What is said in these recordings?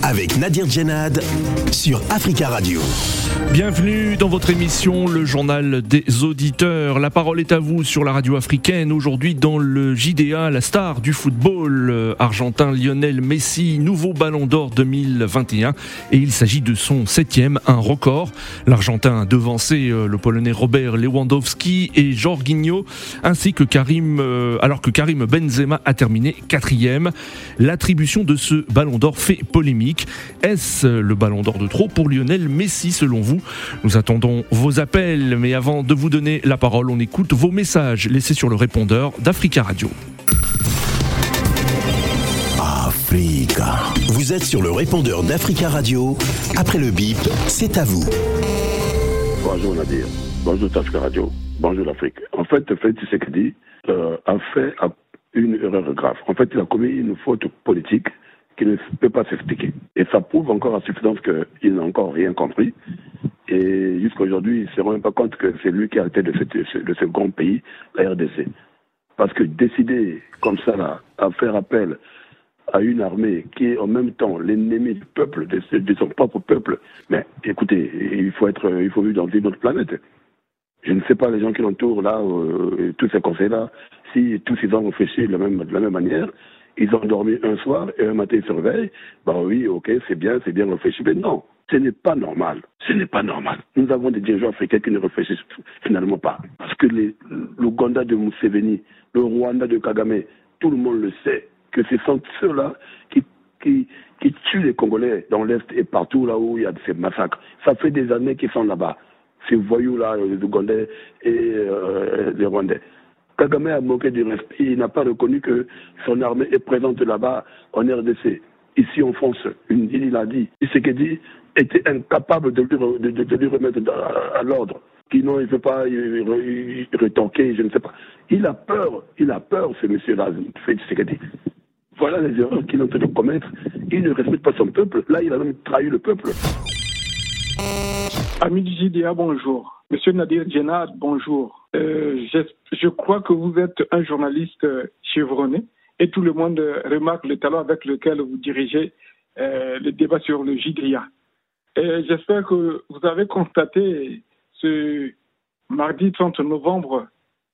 avec Nadir Djenad sur Africa Radio. Bienvenue dans votre émission, le journal des auditeurs. La parole est à vous sur la radio africaine. Aujourd'hui dans le JDA, la star du football argentin Lionel Messi, nouveau ballon d'or 2021. Et il s'agit de son 7e, un record. L'Argentin a devancé le Polonais Robert Lewandowski et Jorginho, ainsi que alors que Karim Benzema a terminé 4e. L'attribution de ce ballon d'or fait polémique. Est-ce le ballon d'or de trop pour Lionel Messi selon vous? Nous attendons vos appels, mais avant de vous donner la parole, on écoute vos messages laissés sur le répondeur d'Africa Radio. Africa. Vous êtes sur le répondeur d'Africa Radio. Après le bip, c'est à vous. Bonjour Nadir, bonjour Africa Radio, bonjour l'Afrique. En fait, Tshisekedi a fait une erreur grave. En fait, il a commis une faute politique qui ne peut pas s'expliquer. Et ça prouve encore à suffisance qu'il n'a encore rien compris. Et jusqu'à aujourd'hui, il ne se rend même pas compte que c'est lui qui a la tête de ce grand pays, la RDC. Parce que décider comme ça, là, à faire appel à une armée qui est en même temps l'ennemi du peuple, de son propre peuple, mais écoutez, il faut vivre dans une autre planète. Je ne sais pas, les gens qui l'entourent là, tous ces conseils-là, si tous ils ont réfléchi de la même manière, ils ont dormi un soir et un matin ils se réveillent, oui, ok, c'est bien réfléchi, mais non, ce n'est pas normal. Ce n'est pas normal. Nous avons des dirigeants africains qui ne réfléchissent finalement pas. Parce que l'Ouganda de Museveni, le Rwanda de Kagame, tout le monde le sait, que ce sont ceux-là qui tuent les Congolais dans l'Est et partout là où il y a ces massacres. Ça fait des années qu'ils sont là-bas. Ces voyous-là, les Ougandais et les Rwandais. Kagame a manqué du respect. Il n'a pas reconnu que son armée est présente là-bas en RDC. Ici en France, il a dit. Tshisekedi était incapable de lui remettre à l'ordre. Sinon, il ne veut pas rétorquer, je ne sais pas. Il a peur, ce monsieur-là, Tshisekedi. Voilà les erreurs qu'il est en train de commettre. Il ne respecte pas son peuple. Là, il a même trahi le peuple. Ami du JDA, bonjour. Monsieur Nadir Djenad, bonjour. Je crois que vous êtes un journaliste chevronné et tout le monde remarque le talent avec lequel vous dirigez le débat sur le JDA. Et j'espère que vous avez constaté ce mardi 30 novembre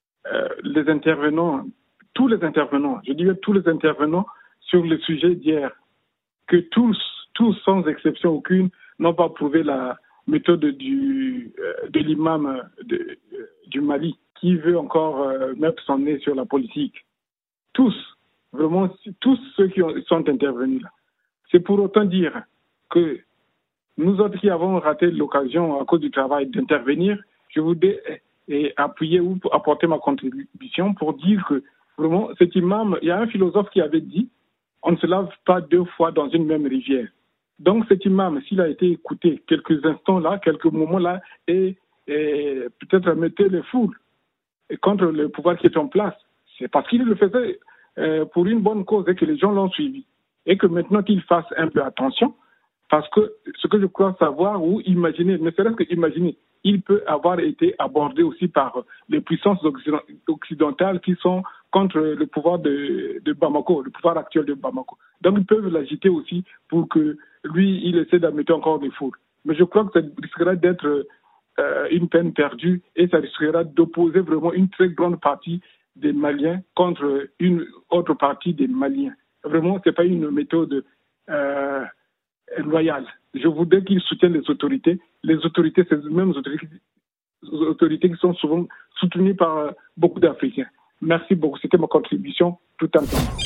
tous les intervenants sur le sujet d'hier, que tous sans exception aucune, n'ont pas prouvé la méthode de l'imam du Mali, qui veut encore mettre son nez sur la politique. Tous ceux qui sont intervenus là. C'est pour autant dire que nous autres qui avons raté l'occasion à cause du travail d'intervenir, je voudrais appuyer ou apporter ma contribution pour dire que vraiment cet imam, il y a un philosophe qui avait dit on ne se lave pas 2 fois dans une même rivière. Donc cet imam, s'il a été écouté quelques instants là, quelques moments là, et peut-être mettait les foules contre le pouvoir qui est en place, c'est parce qu'il le faisait pour une bonne cause et que les gens l'ont suivi. Et que maintenant qu'il fasse un peu attention, parce que ce que je crois savoir ou imaginer, ne serait-ce que imaginer, il peut avoir été abordé aussi par les puissances occidentales qui sont contre le pouvoir de Bamako, le pouvoir actuel de Bamako. Donc ils peuvent l'agiter aussi pour que lui, il essaie d'amener encore des foules. Mais je crois que ça risquera d'être une peine perdue et ça risquera d'opposer vraiment une très grande partie des Maliens contre une autre partie des Maliens. Vraiment, ce n'est pas une méthode loyale. Je voudrais qu'ils soutiennent les autorités. Les autorités, c'est les mêmes autorités qui sont souvent soutenues par beaucoup d'Africains. Merci beaucoup. C'était ma contribution tout à l'heure.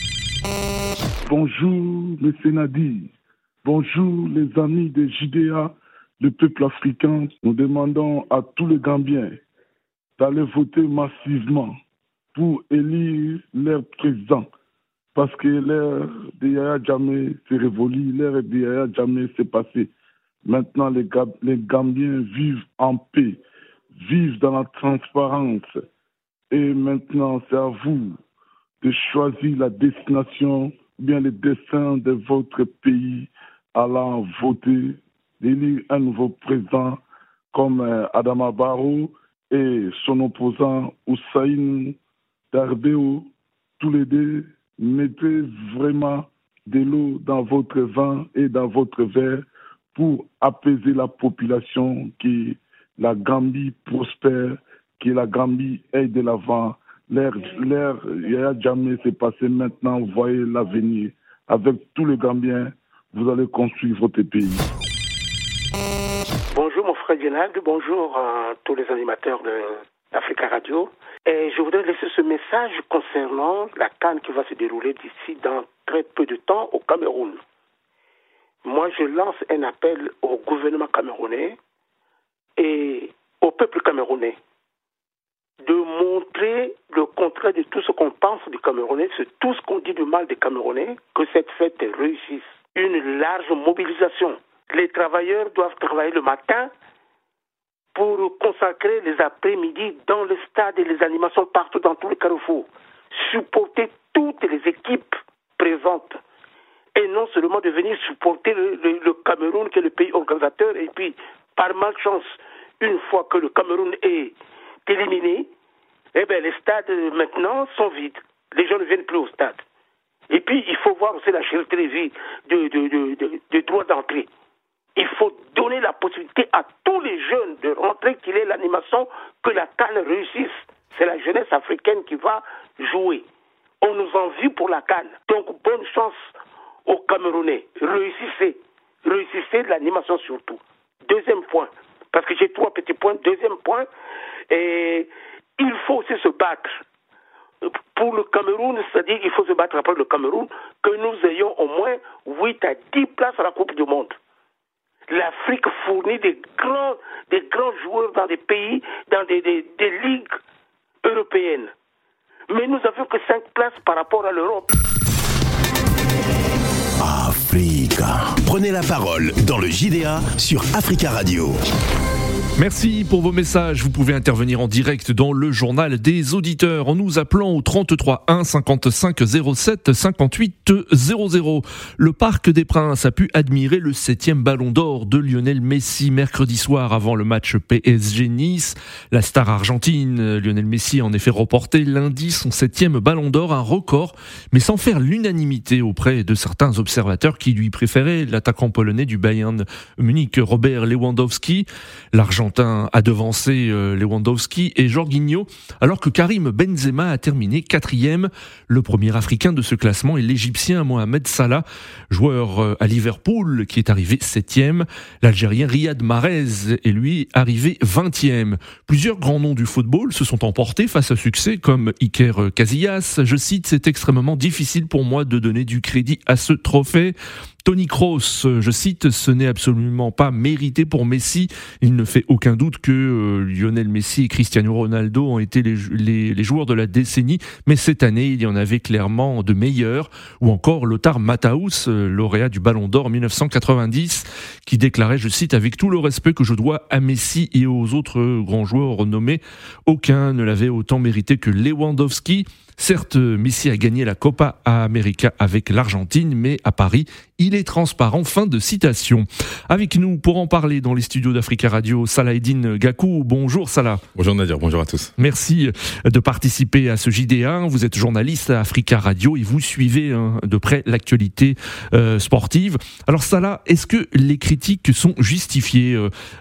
Bonjour, M. Nadi. Bonjour, les amis de JDA, le peuple africain. Nous demandons à tous les Gambiens d'aller voter massivement pour élire leur président. Parce que l'ère de Yaya Jammeh s'est révolue, l'ère de Yaya Jammeh s'est passée. Maintenant, les Gambiens vivent en paix, vivent dans la transparence. Et maintenant, c'est à vous de choisir la destination, bien le destin de votre pays, allant voter, d'élire un nouveau président comme Adama Barrow et son opposant Hussein Darbeo, tous les deux mettez vraiment de l'eau dans votre vin et dans votre verre pour apaiser la population, que la Gambie prospère, que la Gambie aille de l'avant. L'ère Yaya Jammeh s'est passé maintenant, vous voyez l'avenir. Avec tous les Gambiens, vous allez construire votre pays. Bonjour mon frère Lionel, bonjour à tous les animateurs de Africa Radio. Et je voudrais laisser ce message concernant la CAN qui va se dérouler d'ici dans très peu de temps au Cameroun. Moi, je lance un appel au gouvernement camerounais et au peuple camerounais de montrer le contraire de tout ce qu'on pense du Camerounais, c'est tout ce qu'on dit du mal des Camerounais, que cette fête réussisse. Une large mobilisation. Les travailleurs doivent travailler le matin pour consacrer les après-midi dans le stade et les animations partout dans tous les carrefours. Supporter toutes les équipes présentes. Et non seulement de venir supporter le Cameroun qui est le pays organisateur et puis par malchance, une fois que le Cameroun est éliminé, eh bien les stades maintenant sont vides. Les gens ne viennent plus au stade. Et puis il faut voir aussi la cherté des vies de droit d'entrée. Il faut donner la possibilité à tous les jeunes de rentrer, qu'il ait l'animation, que la CAN réussisse. C'est la jeunesse africaine qui va jouer. On nous envie pour la CAN. Donc bonne chance aux Camerounais. Réussissez de l'animation surtout. Deuxième point, parce que j'ai 3 petits points. Deuxième point, et il faut aussi se battre. Pour le Cameroun, c'est-à-dire qu'il faut se battre après le Cameroun, que nous ayons au moins 8 à 10 places à la Coupe du Monde. L'Afrique fournit des grands joueurs dans des pays, dans des ligues européennes. Mais nous n'avons que 5 places par rapport à l'Europe. Africa. Prenez la parole dans le JDA sur Africa Radio. Merci pour vos messages. Vous pouvez intervenir en direct dans le journal des auditeurs en nous appelant au 33 1 55 07 58 00. Le Parc des Princes a pu admirer le 7e ballon d'or de Lionel Messi mercredi soir avant le match PSG-Nice. La star argentine Lionel Messi a en effet remporté lundi son 7e ballon d'or, un record, mais sans faire l'unanimité auprès de certains observateurs qui lui préféraient l'attaquant polonais du Bayern Munich, Robert Lewandowski. L'Argentin a devancé Lewandowski et Jorginho, alors que Karim Benzema a terminé 4e. Le premier Africain de ce classement est l'Égyptien Mohamed Salah, joueur à Liverpool, qui est arrivé 7e. L'Algérien Riyad Mahrez est lui arrivé 20e. Plusieurs grands noms du football se sont emportés face à succès, comme Iker Casillas. Je cite, « C'est extrêmement difficile pour moi de donner du crédit à ce trophée ». Tony Kroos, je cite, « Ce n'est absolument pas mérité pour Messi. Il ne fait aucun doute que Lionel Messi et Cristiano Ronaldo ont été les joueurs de la décennie, mais cette année, il y en avait clairement de meilleurs. » Ou encore Lothar Matthaus, lauréat du Ballon d'Or en 1990, qui déclarait, je cite, « Avec tout le respect que je dois à Messi et aux autres grands joueurs renommés, aucun ne l'avait autant mérité que Lewandowski. » Certes, Messi a gagné la Copa América avec l'Argentine, mais à Paris, il est transparent. Fin de citation. Avec nous pour en parler dans les studios d'Africa Radio, Salaheddine Gakou. Bonjour Salah. Bonjour Nadir, bonjour à tous. Merci de participer à ce JDA. Vous êtes journaliste à Africa Radio et vous suivez de près l'actualité sportive. Alors Salah, est-ce que les critiques sont justifiées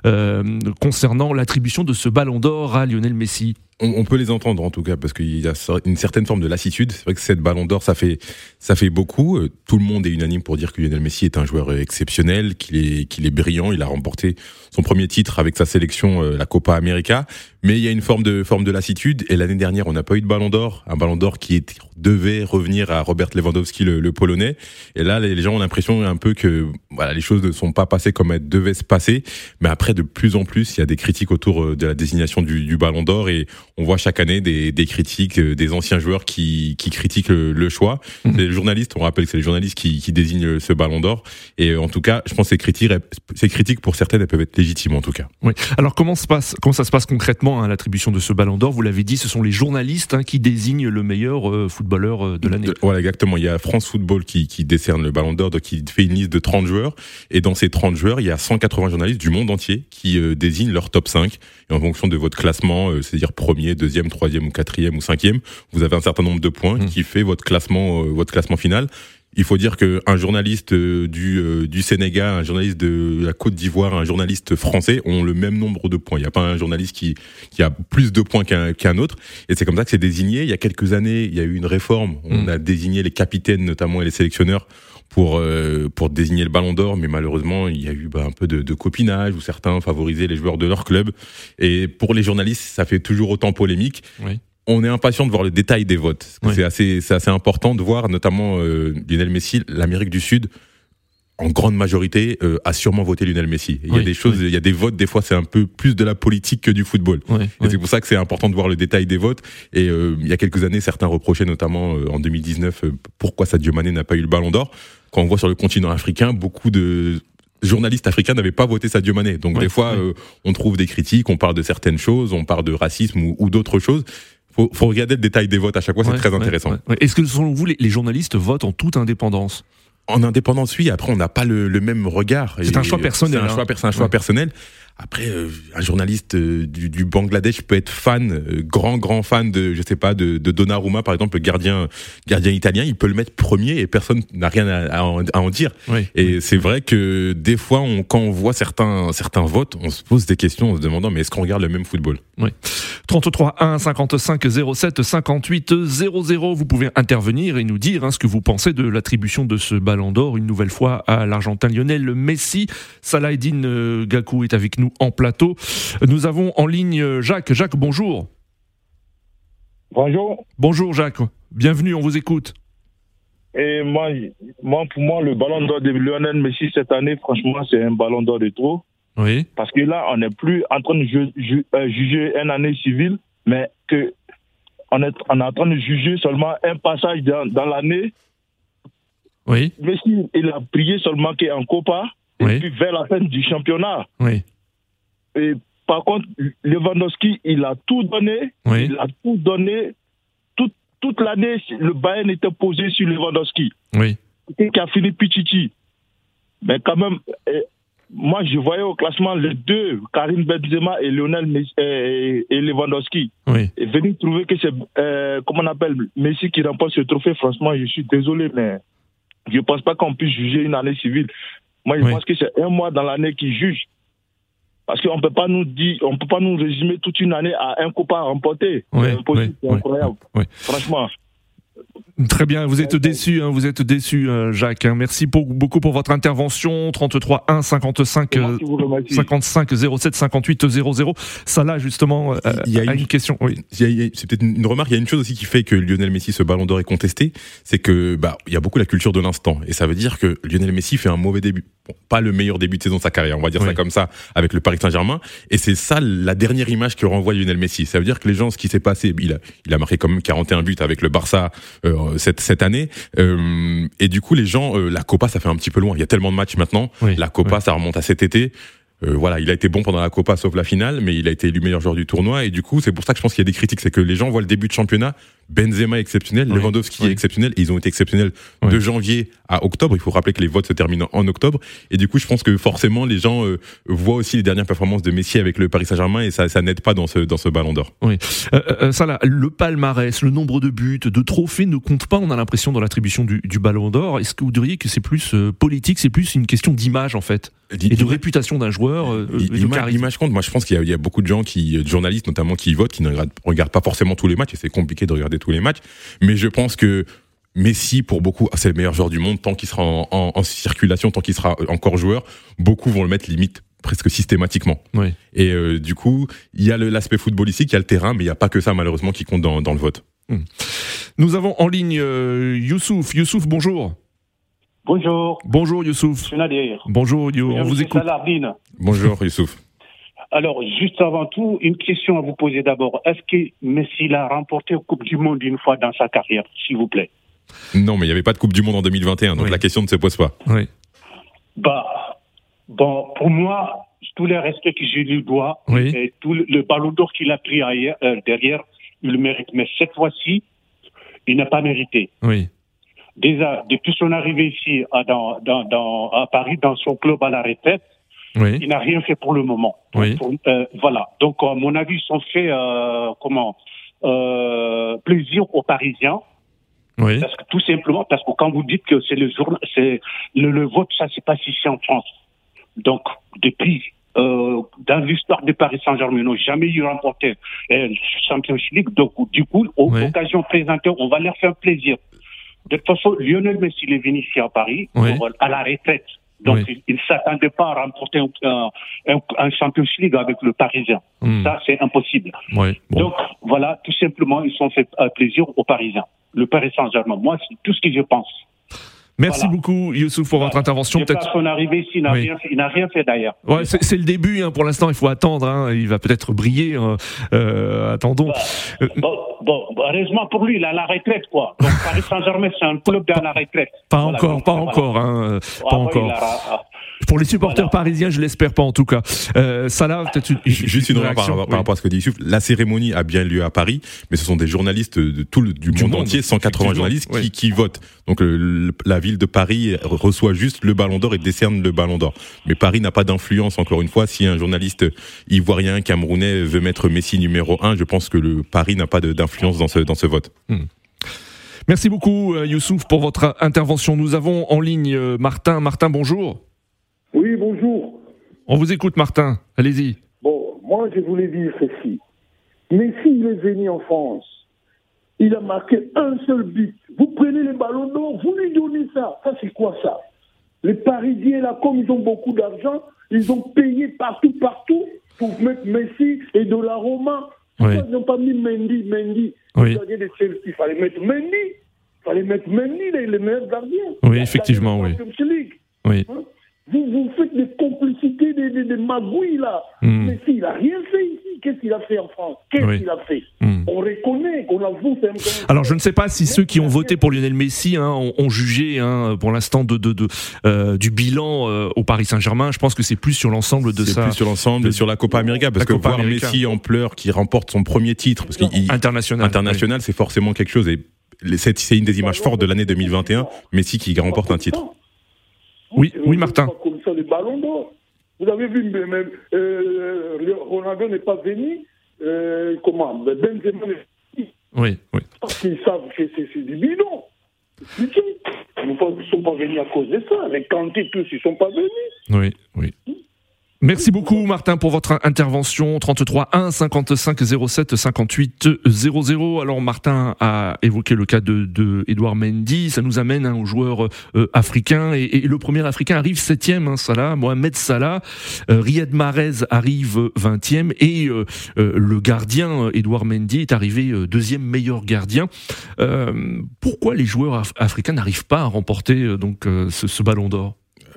concernant l'attribution de ce ballon d'or à Lionel Messi ? On peut les entendre en tout cas, parce qu'il y a une certaine forme de lassitude. C'est vrai que cette ballon d'or, ça fait beaucoup. Tout le monde est unanime pour dire que Lionel Messi est un joueur exceptionnel, qu'il est brillant. Il a remporté son premier titre avec sa sélection, la Copa América. Mais il y a une forme de lassitude. Et l'année dernière, on n'a pas eu de ballon d'or. Un ballon d'or qui devait revenir à Robert Lewandowski, le Polonais. Et là, les gens ont l'impression un peu que voilà, les choses ne sont pas passées comme elles devaient se passer. Mais après, de plus en plus, il y a des critiques autour de la désignation du ballon d'or. Et on voit chaque année des critiques, des anciens joueurs qui critiquent le choix. Les journalistes, on rappelle que c'est les journalistes qui désignent ce ballon d'or. Et en tout cas, je pense que ces critiques pour certaines, elles peuvent être légitimes en tout cas. Oui. Alors comment ça se passe concrètement l'attribution de ce ballon d'or? Vous l'avez dit, ce sont les journalistes qui désignent le meilleur footballeur de l'année. Voilà, exactement. Il y a France Football qui décerne le ballon d'or, donc qui fait une liste de 30 joueurs. Et dans ces 30 joueurs, il y a 180 journalistes du monde entier qui désignent leur top 5. Et en fonction de votre classement, c'est-à-dire premier, deuxième, troisième ou quatrième ou cinquième, vous avez un certain nombre de points qui fait votre classement final. Il faut dire qu'un journaliste du Sénégal, un journaliste de la Côte d'Ivoire, un journaliste français ont le même nombre de points. Il n'y a pas un journaliste qui a plus de points qu'un autre. Et c'est comme ça que c'est désigné. Il y a quelques années, il y a eu une réforme. On a désigné les capitaines notamment et les sélectionneurs pour désigner le Ballon d'Or, mais malheureusement il y a eu un peu de copinage où certains favorisaient les joueurs de leur club. Et pour les journalistes, ça fait toujours autant polémique. Oui. On est impatient de voir le détail des votes. Oui. C'est assez important de voir, notamment Lionel Messi, l'Amérique du Sud, en grande majorité, a sûrement voté Lionel Messi. Il y a des choses, il y a des votes, des fois c'est un peu plus de la politique que du football. Et c'est pour ça que c'est important de voir le détail des votes. Et il y a quelques années, certains reprochaient, notamment en 2019, pourquoi Sadio Mané n'a pas eu le Ballon d'Or. Quand on voit sur le continent africain, beaucoup de journalistes africains n'avaient pas voté Sadio Mané. Donc des fois, on trouve des critiques, on parle de certaines choses, on parle de racisme ou d'autres choses. Faut regarder le détail des votes à chaque fois, c'est très intéressant. Est-ce que selon vous, les journalistes votent en toute indépendance ? En indépendance, oui. Après, on n'a pas le même regard. C'est un choix personnel. C'est un choix personnel. Après, un journaliste du Bangladesh peut être fan, grand fan de, je sais pas, de Donnarumma, par exemple, le gardien italien. Il peut le mettre premier et personne n'a rien à en dire. C'est vrai que des fois, quand on voit certains votes, on se pose des questions en se demandant, mais est-ce qu'on regarde le même football? 33 1 55 07 58 00. Vous pouvez intervenir et nous dire ce que vous pensez de l'attribution de ce Ballon d'Or une nouvelle fois à l'Argentin Lionel Messi. Salah Eddine Gakou est avec nous en plateau. Nous avons en ligne Jacques. Jacques, bonjour. Bonjour. Bonjour Jacques. Bienvenue, on vous écoute. Et pour moi, le Ballon d'Or de Lionel Messi cette année, franchement, c'est un Ballon d'Or de trop. Oui. Parce que là, on n'est plus en train de juger une année civile, mais on est en train de juger seulement un passage dans l'année. Oui. Messi, il a prié seulement qu'en Copa, et puis vers la fin du championnat. Oui. Et par contre, Lewandowski, il a tout donné. Oui. Il a tout donné. Toute l'année, le Bayern était posé sur Lewandowski. Oui. Qui a fini Pichichi. Mais quand même, moi, je voyais au classement les deux, Karim Benzema et Lionel Messi, et Lewandowski. Oui. Et venir trouver que c'est, comment on appelle, Messi qui remporte ce trophée, franchement, je suis désolé, mais je ne pense pas qu'on puisse juger une année civile. Moi, je pense que c'est un mois dans l'année qui juge. Parce qu'on ne peut pas nous résumer toute une année à un Copa remporté. C'est impossible, c'est incroyable. Franchement. Très bien, vous êtes déçu, Jacques. Merci beaucoup pour votre intervention. 33 1 55 55 07 58 00. Salah, justement, il y a une question. Oui. C'est peut-être une remarque. Il y a une chose aussi qui fait que Lionel Messi, ce Ballon d'Or est contesté, c'est que il y a beaucoup la culture de l'instant, et ça veut dire que Lionel Messi fait un mauvais début. Bon, pas le meilleur début de saison de sa carrière, on va dire ça comme ça, avec le Paris Saint-Germain. Et c'est ça la dernière image que renvoie Lionel Messi. Ça veut dire que les gens, ce qui s'est passé, il a marqué quand même 41 buts avec le Barça cette année. Et du coup, les gens, la Copa, ça fait un petit peu loin. Il y a tellement de matchs maintenant. La Copa, ça remonte à cet été. Il a été bon pendant la Copa, sauf la finale, mais il a été élu meilleur joueur du tournoi. Et du coup, c'est pour ça que je pense qu'il y a des critiques. C'est que les gens voient le début de championnat. Benzema est exceptionnel, Lewandowski est exceptionnel, et ils ont été exceptionnels de janvier à octobre. Il faut rappeler que les votes se terminent en octobre, et du coup je pense que forcément les gens voient aussi les dernières performances de Messi avec le Paris Saint-Germain, et ça n'aide pas dans ce Ballon d'Or. Ça là, le palmarès, le nombre de buts, de trophées ne compte pas, on a l'impression, dans l'attribution du Ballon d'Or. Est-ce que vous diriez que c'est plus politique, c'est plus une question d'image en fait, et de réputation d'un joueur, l'image compte. Moi je pense qu'il y a beaucoup de gens de journalistes notamment, qui votent, qui ne regardent pas forcément tous les matchs, et c'est compliqué de regarder tous les matchs, mais je pense que Messi, pour beaucoup, c'est le meilleur joueur du monde tant qu'il sera en circulation, tant qu'il sera encore joueur. Beaucoup vont le mettre limite presque systématiquement. Et du coup, il y a l'aspect footballistique, il y a le terrain, mais il n'y a pas que ça malheureusement qui compte dans le vote. Nous avons en ligne Youssouf. Youssouf, bonjour. Bonjour. Bonjour Youssouf. Je suis Nadir. Bonjour, on vous écoute. Bonjour Youssouf. Alors, juste avant tout, une question à vous poser d'abord. Est-ce que Messi l'a remporté la Coupe du Monde une fois dans sa carrière, s'il vous plaît? Non, mais il n'y avait pas de Coupe du Monde en 2021, donc la question ne se pose pas. Bon, pour moi, tous les respects que je lui dois, et tout le Ballon d'Or qu'il a pris derrière, il le mérite. Mais cette fois-ci, il n'a pas mérité. Déjà, depuis son arrivée ici à Paris, dans son club à la retraite, il n'a rien fait pour le moment. Voilà. Donc, à mon avis, ils ont fait plaisir aux Parisiens. Oui. Parce que tout simplement, parce que quand vous dites que c'est le vote, ça c'est pas si c'est en France. Donc, depuis, dans l'histoire de Paris Saint-Germain, ils n'ont jamais eu remporté Champions League. Donc, du coup, aux occasions présentées, on va leur faire plaisir. De toute façon, Lionel Messi est venu ici à Paris à la retraite. Donc, il ne s'attendait pas à remporter un Champions League avec le Parisien. Ça, c'est impossible. Donc, voilà, tout simplement, ils ont fait plaisir aux Parisiens. Le Paris Saint-Germain. Moi, c'est tout ce que je pense. Merci beaucoup, Youssouf, pour votre intervention. Peut-être son arrivée ici, il n'a rien fait d'ailleurs. Ouais, c'est le début, pour l'instant, il faut attendre. Il va peut-être briller. Attendons. Heureusement pour lui, il est à la retraite, quoi. Donc Paris Saint-Germain, c'est un club à la retraite. Pas encore. Pour les supporters parisiens, je l'espère pas en tout cas. Salah, peut-être juste une remarque par rapport à ce que dit Youssouf. La cérémonie a bien lieu à Paris, mais ce sont des journalistes du monde entier, 180 journalistes qui votent. Donc la ville de Paris reçoit juste le Ballon d'Or et décerne le Ballon d'Or. Mais Paris n'a pas d'influence, encore une fois. Si un journaliste ivoirien, camerounais veut mettre Messi numéro 1, je pense que le Paris n'a pas d'influence dans ce vote. Merci beaucoup Youssouf pour votre intervention. Nous avons en ligne Martin. Martin, bonjour. Oui, bonjour. On vous écoute, Martin. Allez-y. Bon, moi, je voulais dire ceci. Messi, il est venu en France. Il a marqué un seul but. Vous prenez les ballons d'or, vous lui donnez ça. Ça, c'est quoi ça? Les Parisiens, là, comme ils ont beaucoup d'argent, ils ont payé partout pour mettre Messi et Donnarumma. Pourquoi ils n'ont pas mis Mendy? Oui. Il fallait mettre Mendy, les meilleurs gardiens. Oui, effectivement, oui. Oui. Vous faites des complicités, des magouilles, là. Mais s'il n'a rien fait ici, qu'est-ce qu'il a fait en France? Qu'il a fait? On reconnaît, qu'on avoue. Alors, je ne sais pas si ceux qui ont voté pour Lionel Messi ont jugé pour l'instant du bilan au Paris Saint-Germain. Je pense que c'est plus sur l'ensemble de ça. C'est plus sur l'ensemble et sur la Copa América. Parce que voir Messi en pleurs qui remporte son premier titre, parce international, c'est forcément quelque chose. Et c'est une des images fortes de l'année 2021. Messi qui remporte un titre. Oui, Martin. Comme ça, le ballon d'or. Vous avez vu, même Ronaldo n'est pas venu. Benzema n'est pas venu. Oui. Parce qu'ils savent que c'est du bidon. Ils ne sont pas venus à cause de ça. Les Kanté, tous, ils ne sont pas venus. Oui. Merci beaucoup Martin pour votre intervention. 33 1 55 07 58 00. Alors Martin a évoqué le cas de Edouard Mendy. Ça nous amène aux joueurs africains et le premier africain arrive 7e, Salah, Mohamed Salah. Riyad Mahrez arrive 20e et le gardien Edouard Mendy est arrivé 2e meilleur gardien. Pourquoi les joueurs africains n'arrivent pas à remporter ce ballon d'or?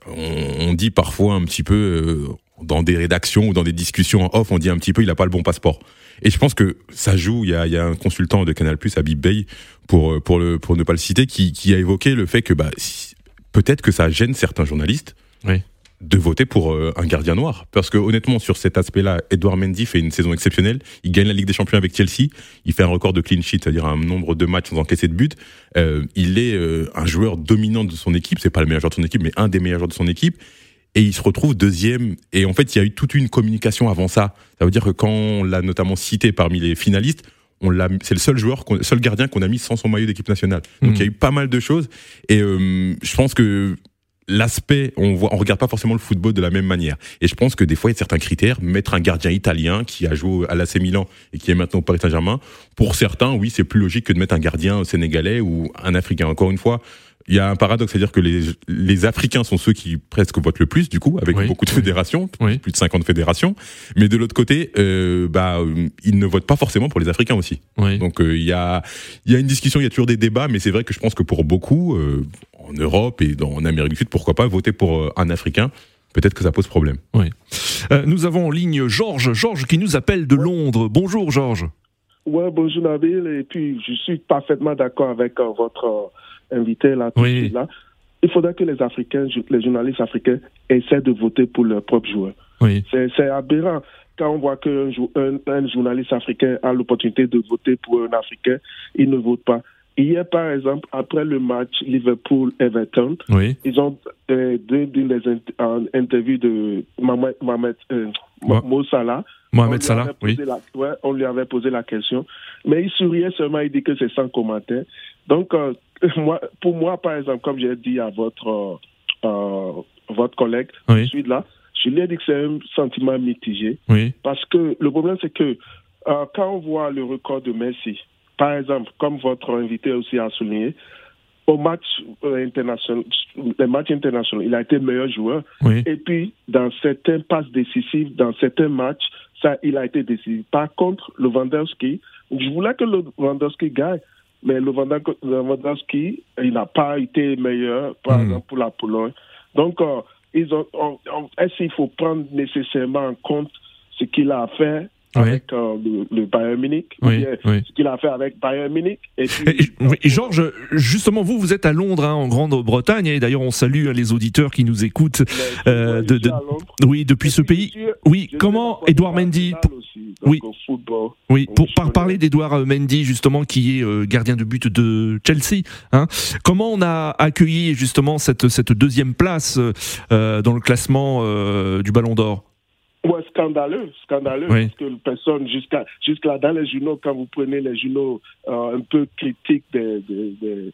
On dit parfois un petit peu dans des rédactions ou dans des discussions en off, on dit un petit peu il n'a pas le bon passeport. Et je pense que ça joue. Il y a un consultant de Canal+, Habib Bey, pour ne pas le citer, qui a évoqué le fait que peut-être que ça gêne certains journalistes de voter pour un gardien noir. Parce que honnêtement, sur cet aspect-là, Edouard Mendy fait une saison exceptionnelle. Il gagne la Ligue des Champions avec Chelsea. Il fait un record de clean sheet, c'est-à-dire un nombre de matchs sans encaisser de but. Il est un joueur dominant de son équipe. C'est pas le meilleur joueur de son équipe, mais un des meilleurs joueurs de son équipe. Et il se retrouve 2e. Et en fait, il y a eu toute une communication avant ça. Ça veut dire que quand on l'a notamment cité parmi les finalistes, c'est le seul gardien qu'on a mis sans son maillot d'équipe nationale. Donc il y a eu pas mal de choses. Et je pense que l'aspect, on regarde pas forcément le football de la même manière. Et je pense que des fois, il y a certains critères. Mettre un gardien italien qui a joué à l'AC Milan et qui est maintenant au Paris Saint-Germain, pour certains, oui, c'est plus logique que de mettre un gardien sénégalais ou un Africain. Encore une fois, il y a un paradoxe, c'est-à-dire que les Africains sont ceux qui presque votent le plus, du coup, avec beaucoup de fédérations, plus de 50 fédérations. Mais de l'autre côté, ils ne votent pas forcément pour les Africains aussi. Donc il y a une discussion, il y a toujours des débats, mais c'est vrai que je pense que pour beaucoup, en Europe et en Amérique du Sud, pourquoi pas voter pour un Africain? Peut-être que ça pose problème. Nous avons en ligne Georges qui nous appelle de Londres. Bonjour Georges. Ouais, bonjour Nabil, et puis je suis parfaitement d'accord avec votre invité là, là. Il faudrait que les Africains, les journalistes africains essaient de voter pour leurs propres joueurs. C'est aberrant quand on voit qu'un journaliste africain a l'opportunité de voter pour un Africain, il ne vote pas. Hier, par exemple, après le match Liverpool-Everton, ils ont donné des interviews de Mo Salah Mohamed Salah, oui. On lui avait posé la question, mais il souriait seulement, il dit que c'est sans commentaire. Donc, pour moi, par exemple, comme j'ai dit à votre collègue, je lui ai dit que c'est un sentiment mitigé. Oui. Parce que le problème, c'est que quand on voit le record de Messi, par exemple, comme votre invité aussi a souligné, au match international, les matchs internationaux, il a été meilleur joueur. Oui. Et puis, dans certains passes décisives, dans certains matchs, ça, il a été décisif. Par contre, Lewandowski, je voulais que Lewandowski gagne, mais Lewandowski, il n'a pas été meilleur, par exemple, pour la Pologne. Donc, est-ce qu'il faut prendre nécessairement en compte ce qu'il a fait avec le Bayern Munich, ce qu'il a fait avec Bayern Munich. Et Georges, justement, vous êtes à Londres, en Grande-Bretagne, et d'ailleurs on salue les auditeurs qui nous écoutent depuis ce pays. Comment Edouard Mendy pour parler d'Edouard Mendy, justement, qui est gardien de but de Chelsea, comment on a accueilli justement cette deuxième place dans le classement du Ballon d'Or? Ouais, scandaleux, parce que personne, jusqu'à dans les journaux, quand vous prenez les journaux un peu critiques des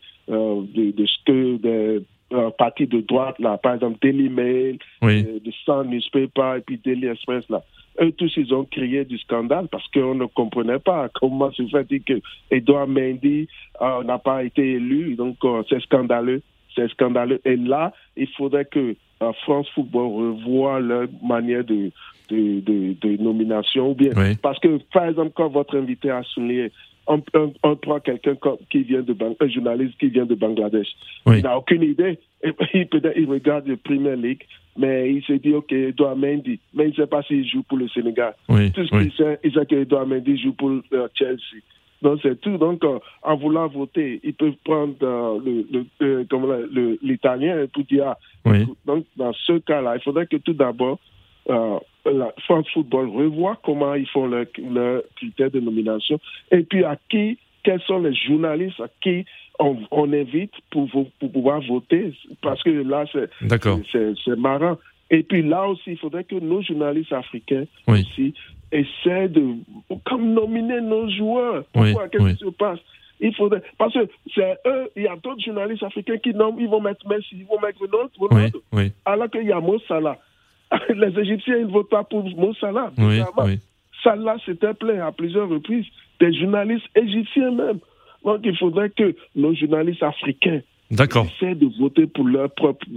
partis de droite, là, par exemple Daily Mail, The Sun Newspaper et puis Daily Express, là, eux tous, ils ont crié du scandale parce qu'on ne comprenait pas comment se fait que Edouard Mendy n'a pas été élu, donc c'est scandaleux. Et là, il faudrait que France Football revoie leur manière de nomination, ou bien parce que, par exemple, quand votre invité a souligné, on prend quelqu'un qui vient un journaliste qui vient de Bangladesh. Il n'a aucune idée. Peut-être il regarde la Premier League, mais il se dit, OK, Edouard Mendy, mais il ne sait pas s'il joue pour le Sénégal. Tout ce qu'il sait, il sait que Edouard Mendy joue pour Chelsea. Donc c'est tout. Donc en voulant voter, ils peuvent prendre l'italien pour dire. Donc dans ce cas-là, il faudrait que tout d'abord la France Football revoie comment ils font leurs critères de nomination et puis quels sont les journalistes à qui on invite pour pouvoir voter, parce que là c'est marrant. Et puis là aussi, il faudrait que nos journalistes africains aussi essaient de nominer nos joueurs. Pourquoi? Qu'est-ce qui se passe? Il faudrait, parce que c'est eux, il y a d'autres journalistes africains qui nomment, ils vont mettre Messi, ils vont mettre Ronaldo. Alors qu'il y a Mo Salah. Les Égyptiens, ils ne votent pas pour Mo Salah. Salah s'était plaint à plusieurs reprises, des journalistes égyptiens même. Donc il faudrait que nos journalistes africains essaient de voter pour leur propre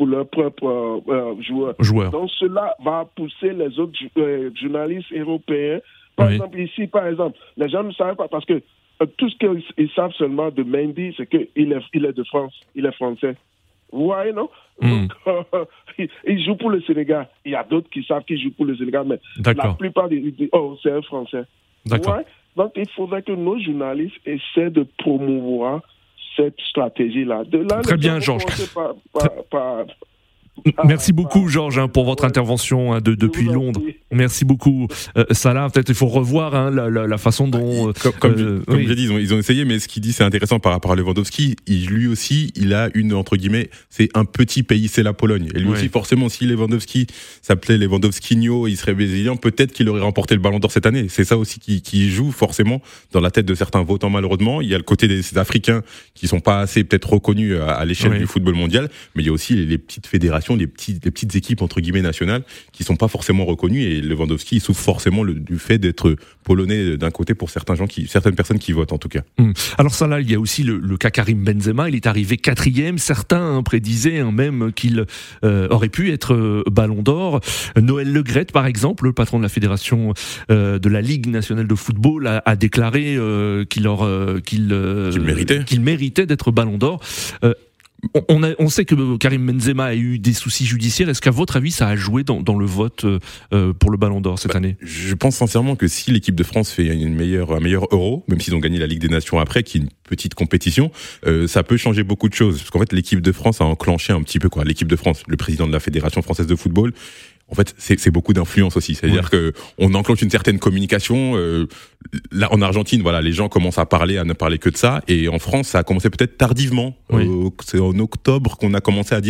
joueur. Donc cela va pousser les autres journalistes européens. Par exemple, ici, les gens ne savent pas parce que tout ce qu'ils savent seulement de Mendy, c'est qu'il est de France, il est français. Vous voyez, non? Donc, il joue pour le Sénégal. Il y a d'autres qui savent qu'il joue pour le Sénégal, mais la plupart disent c'est un Français. D'accord. Donc, il faudrait que nos journalistes essaient de promouvoir cette stratégie-là. Très bien, Georges. Merci beaucoup, Georges, pour votre intervention depuis Londres. Merci beaucoup, Salah. Peut-être il faut revoir la façon dont... Comme j'ai dit, ils ont essayé, mais ce qu'il dit, c'est intéressant par rapport à Lewandowski. Lui aussi, il a entre guillemets, c'est un petit pays, c'est la Pologne. Et lui aussi, forcément, si Lewandowski s'appelait Lewandowskinho, il serait brésilien, peut-être qu'il aurait remporté le Ballon d'Or cette année. C'est ça aussi qui joue forcément dans la tête de certains votants, malheureusement. Il y a le côté des Africains qui sont pas assez peut-être reconnus à l'échelle du football mondial, mais il y a aussi les petites fédérations, les petites équipes entre guillemets nationales qui sont pas forcément reconnues, et Lewandowski il souffre forcément du fait d'être polonais d'un côté pour certaines personnes qui votent en tout cas. Alors ça là, il y a aussi le cas Karim Benzema, il est arrivé 4e, certains prédisaient même qu'il aurait pu être Ballon d'Or. Noël Le Graët par exemple, le patron de la fédération de la Ligue nationale de football a déclaré qu'il méritait d'être Ballon d'Or. On sait que Karim Benzema a eu des soucis judiciaires. Est-ce qu'à votre avis, ça a joué dans le vote pour le Ballon d'Or cette année ? Je pense sincèrement que si l'équipe de France fait un meilleur Euro, même s'ils ont gagné la Ligue des Nations après, qui est une petite compétition, ça peut changer beaucoup de choses. Parce qu'en fait, l'équipe de France a enclenché un petit peu l'équipe de France, le président de la Fédération française de football. En fait, c'est beaucoup d'influence aussi. C'est-à-dire que on enclenche une certaine communication. Là, en Argentine, les gens commencent à ne parler que de ça. Et en France, ça a commencé peut-être tardivement. C'est en octobre qu'on a commencé à dire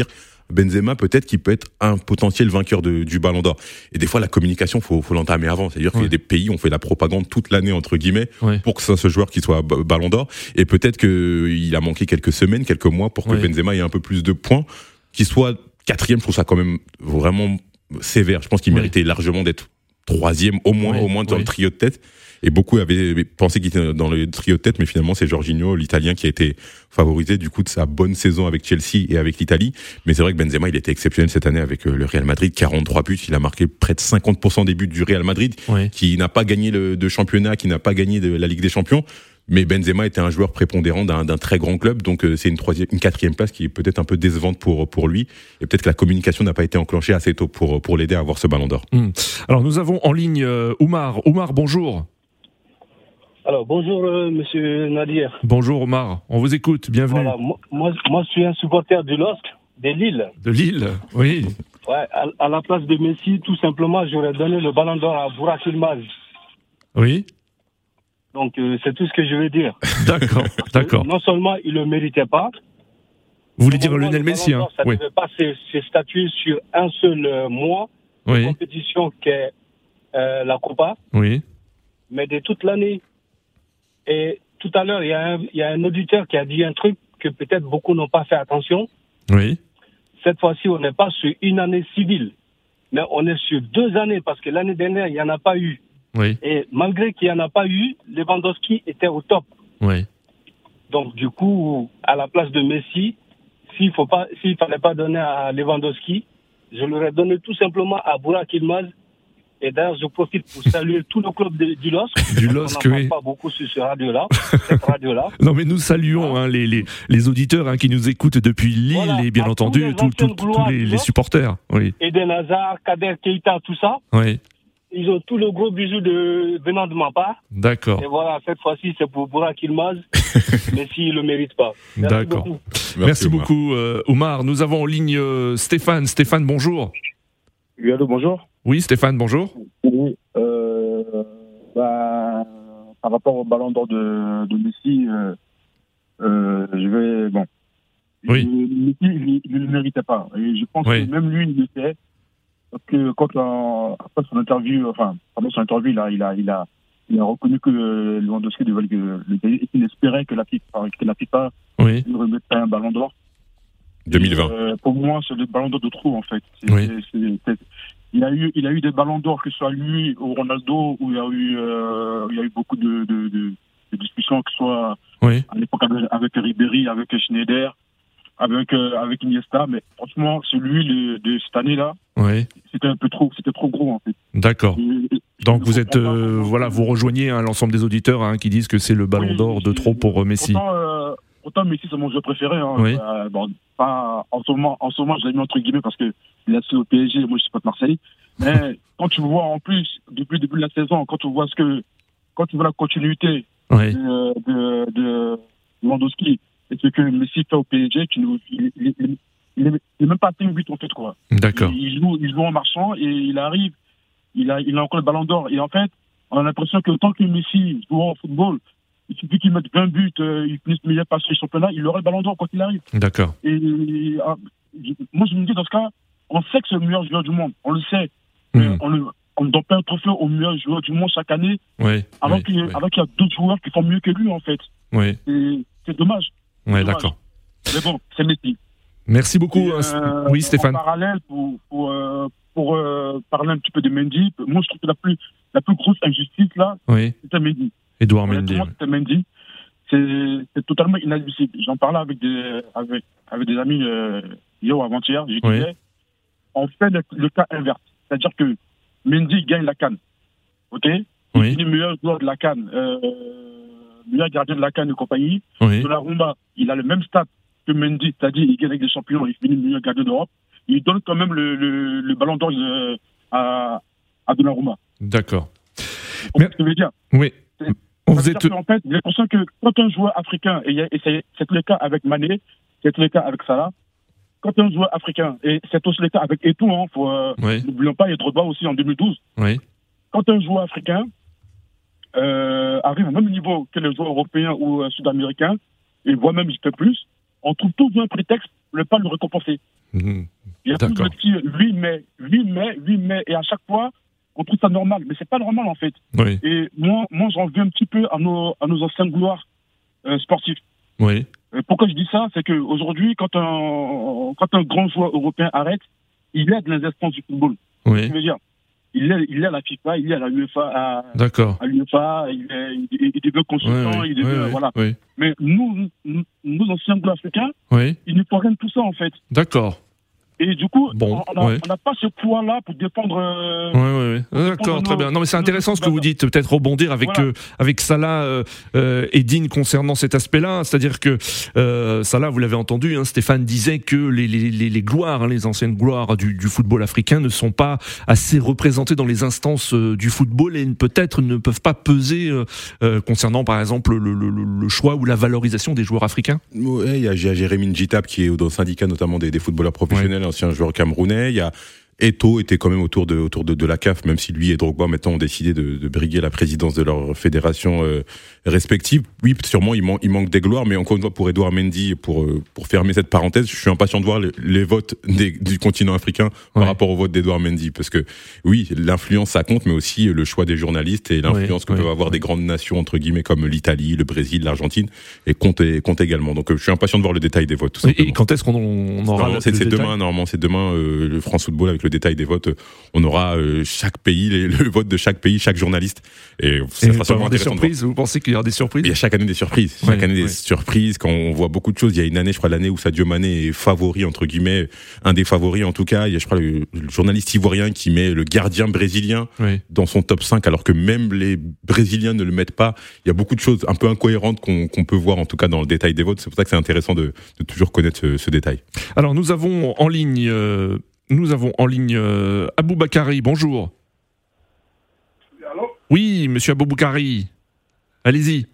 Benzema, peut-être qu'il peut être un potentiel vainqueur du Ballon d'Or. Et des fois, la communication, faut l'entamer avant. C'est-à-dire qu'il y a des pays, on fait la propagande toute l'année, entre guillemets, pour que ce soit ce joueur qui soit Ballon d'Or. Et peut-être qu'il a manqué quelques semaines, quelques mois pour que Benzema ait un peu plus de points. Qu'il soit 4e, je trouve ça quand même vraiment sévère. Je pense qu'il méritait largement d'être 3e, au moins dans le trio de tête. Et beaucoup avaient pensé qu'il était dans le trio de tête, mais finalement, c'est Jorginho, l'Italien, qui a été favorisé du coup de sa bonne saison avec Chelsea et avec l'Italie. Mais c'est vrai que Benzema, il était exceptionnel cette année avec le Real Madrid. 43 buts, il a marqué près de 50% des buts du Real Madrid, qui n'a pas gagné de championnat, qui n'a pas gagné de la Ligue des Champions. Mais Benzema était un joueur prépondérant d'un très grand club, donc c'est une 4e place qui est peut-être un peu décevante pour lui. Et peut-être que la communication n'a pas été enclenchée assez tôt pour l'aider à avoir ce Ballon d'Or. Alors nous avons en ligne Oumar. Oumar, bonjour. Alors, bonjour, monsieur Nadir. Bonjour, Omar. On vous écoute. Bienvenue. Voilà, moi, je suis un supporter du LOSC, de Lille. De Lille, oui. Ouais, à la place de Messi, tout simplement, j'aurais donné le Ballon d'Or à Burak Yilmaz. Oui. Donc, c'est tout ce que je veux dire. D'accord. Non seulement il ne le méritait pas. Vous voulez dire Lionel Messi, hein? Ça ne devait pas se statuer sur un seul mois de compétition qu'est la Copa. Oui. Mais de toute l'année. Et tout à l'heure, il y a un auditeur qui a dit un truc que peut-être beaucoup n'ont pas fait attention. Oui. Cette fois-ci, on n'est pas sur une année civile, mais on est sur 2 années, parce que l'année dernière, il n'y en a pas eu. Oui. Et malgré qu'il n'y en a pas eu, Lewandowski était au top. Oui. Donc du coup, à la place de Messi, s'il fallait pas donner à Lewandowski, je l'aurais donné tout simplement à Burak Yilmaz. Et d'ailleurs, je profite pour saluer tout le club du LOSC. Du LOSC, on n'en parle pas beaucoup sur cette radio-là. Non, mais nous saluons les auditeurs qui nous écoutent depuis Lille, et bien entendu tous les supporters. Oui. Eden Hazard, Kader Keita, tout ça. Oui. Ils ont tout le gros bisou venant de ma part. D'accord. Et voilà, cette fois-ci, c'est pour Burak Yilmaz, mais s'il ne le mérite pas. D'accord. Merci beaucoup, Omar. Nous avons en ligne Stéphane. Stéphane, bonjour. Oui, allô, bonjour. Oui, Stéphane, bonjour. Oui, par rapport au Ballon d'Or de Messi, je vais... Bon. Oui. Messi, il ne le méritait pas. Et je pense que même lui, il le sait. Parce que après son interview, pendant son interview, il a reconnu que Lewandowski devait le gagner et qu'il espérait que la FIFA lui remette un Ballon d'Or. 2020. Pour moi, c'est le Ballon d'Or de trop, en fait. Il a eu des Ballons d'Or, que ce soit lui ou Ronaldo, où il y a eu beaucoup de discussions, que ce soit à l'époque avec Ribéry, avec Schneider, avec Iniesta. Mais franchement, celui de cette année-là, c'était un peu trop, c'était trop gros, en fait. D'accord. Donc vous êtes, vous rejoignez l'ensemble des auditeurs qui disent que c'est le Ballon d'Or de trop pour Messi. Autant Messi, c'est mon joueur préféré. Pas en ce moment, je l'ai mis entre guillemets parce qu'il est assis au PSG, moi je suis pas de Marseille. Mais quand tu vois en plus, depuis le début de la saison, quand tu vois la continuité de Lewandowski et ce que Messi fait au PSG, il n'est même pas atteint 8 en fait, quoi. D'accord. Il joue en marchant et il arrive, il a encore le Ballon d'Or. Et en fait, on a l'impression que tant que Messi joue au football, il suffit qu'il mette 20 buts, il finisse meilleur passeur du championnat, il aurait le Ballon d'Or quand il arrive. D'accord. Et moi, je me dis, dans ce cas, on sait que c'est le meilleur joueur du monde, on le sait. On ne donne pas un trophée au meilleur joueur du monde chaque année, alors qu'il y a d'autres joueurs qui font mieux que lui, en fait. Oui. Et c'est dommage. D'accord. Mais bon, c'est Messi. Merci beaucoup. Oui, Stéphane. En parallèle, pour parler un petit peu de Mendy, moi, je trouve que la plus grosse injustice, là, c'était Mendy. Edouard Mendy. Mendy, c'est totalement inadmissible. J'en parlais avec des amis hier ou avant-hier. Je disais, on fait le cas inverse. C'est-à-dire que Mendy gagne la CAN. OK? Il est meilleur joueur de la CAN, meilleur gardien de la CAN et compagnie. De la Rumba, il a le même stade que Mendy, c'est-à-dire il gagne avec des champions, il finit meilleur gardien d'Europe. Il donne quand même le Ballon d'Or à Donnarumma. D'accord. Mais ce que je veux dire. Oui. En fait, j'ai l'impression que quand un joueur africain, et c'est le cas avec Mané, c'est le cas avec Salah, quand un joueur africain, et c'est aussi le cas avec Eto'o, n'oublions pas, il y a Drogba aussi en 2012. Quand un joueur africain arrive au même niveau que les joueurs européens ou sud-américains, et voire même il fait plus, on trouve toujours un prétexte pour ne pas le récompenser. Il y a plus de tirs 8 mai, et à chaque fois, on trouve ça normal. Mais c'est pas normal, en fait. Oui. Et moi, j'en veux un petit peu à nos anciennes gloires sportives. Oui. Pourquoi je dis ça? C'est qu'aujourd'hui, quand un grand joueur européen arrête, il aide les instances du football. Oui. Je veux dire, il est à la FIFA, il est à la UEFA, D'accord. à l'UEFA, il devient consultant, oui, il devient, voilà. Oui. Mais nous anciens joueurs africains, il ne faut rien de tout ça, en fait. D'accord. Et du coup, on n'a pas ce poids-là pour défendre. D'accord, très bien. Non, mais c'est intéressant ce que vous dites. Peut-être rebondir avec Salah et Dean concernant cet aspect-là. C'est-à-dire que Salah, vous l'avez entendu, Stéphane disait que les gloires, les anciennes gloires du football africain ne sont pas assez représentées dans les instances du football et peut-être ne peuvent pas peser concernant, par exemple, le choix ou la valorisation des joueurs africains. Oui, il y a Jérémy Njitap qui est dans le syndicat notamment des footballeurs professionnels. Ancien joueur camerounais. Il y a Eto'o était quand même autour de la CAF, même si lui et Drogba maintenant ont décidé de briguer la présidence de leur fédération respective. Oui, sûrement il manque des gloires, mais encore une fois pour Edouard Mendy, pour fermer cette parenthèse, je suis impatient de voir les votes du continent africain par rapport au vote d'Edouard Mendy, parce que oui, l'influence ça compte, mais aussi le choix des journalistes et l'influence que peuvent avoir des grandes nations entre guillemets comme l'Italie, le Brésil, l'Argentine, et compte également. Donc je suis impatient de voir le détail des votes. Tout simplement. Et quand est-ce qu'on aura c'est demain, normalement c'est demain le France Football avec le détail des votes. On aura chaque pays, le vote de chaque pays, chaque journaliste. Et ça sera sûrement des surprises. Vous pensez qu'il y aura des surprises? Il y a chaque année des surprises. Chaque année des surprises. Quand on voit beaucoup de choses, il y a une année, je crois, l'année où Sadio Mané est favori entre guillemets, un des favoris en tout cas. Il y a, je crois, le journaliste ivoirien qui met le gardien brésilien dans son top 5, alors que même les Brésiliens ne le mettent pas. Il y a beaucoup de choses un peu incohérentes qu'on peut voir en tout cas dans le détail des votes. C'est pour ça que c'est intéressant de toujours connaître ce détail. Alors nous avons en ligne. Aboubakari, bonjour. Allô? Oui, monsieur Aboubakari. Allez-y.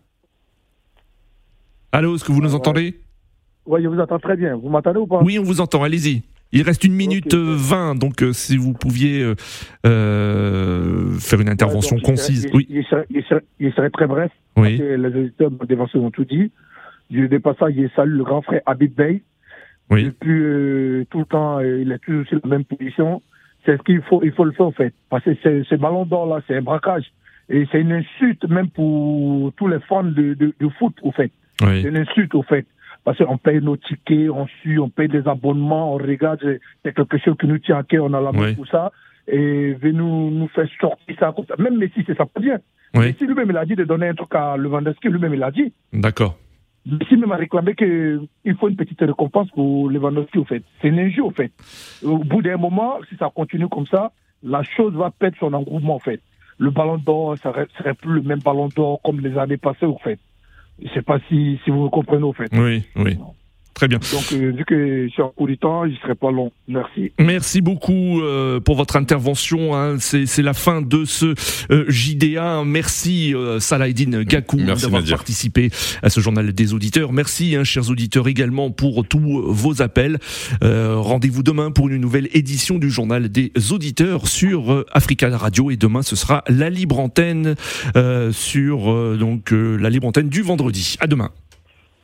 Allô, est-ce que vous nous entendez? Oui, je vous entends très bien. Vous m'entendez ou pas? Oui, on vous entend, allez-y. Il reste 1 minute 20, donc si vous pouviez faire une intervention concise. Il serait très bref, parce que les auditeurs de défense ont tout dit. De passage, je salue le grand frère Habib Bey. Depuis tout le temps, il est toujours sur la même position. C'est ce qu'il faut le faire en fait. Parce que ce ballon d'or là, c'est un braquage. Et c'est une insulte même pour tous les fans de foot au fait. C'est une insulte au fait. Parce qu'on paye nos tickets, on paye des abonnements, on regarde, c'est quelque chose qui nous tient à cœur, on a la main pour ça. Et veut nous faire sortir ça comme ça. Même Messi, c'est ça pas bien. Messi lui-même, il a dit de donner un truc à Lewandowski, lui-même, il a dit. D'accord. Messi même a réclamé qu'il faut une petite récompense pour Lewandowski, au fait. C'est un injure, au fait. Au bout d'un moment, si ça continue comme ça, la chose va perdre son engouement, en fait. Le ballon d'or, ça serait plus le même ballon d'or comme les années passées, au fait. Je ne sais pas si vous me comprenez, au fait. Oui. Très bien. Donc, vu que je suis en cours du temps, je ne serai pas long. Merci. Merci beaucoup pour votre intervention. C'est la fin de ce JDA. Merci Salahedine Gakou d'avoir participé à ce journal des auditeurs. Merci, chers auditeurs, également pour tous vos appels. Rendez-vous demain pour une nouvelle édition du journal des auditeurs sur Africa Radio. Et demain, ce sera la libre antenne sur la libre antenne du vendredi. À demain.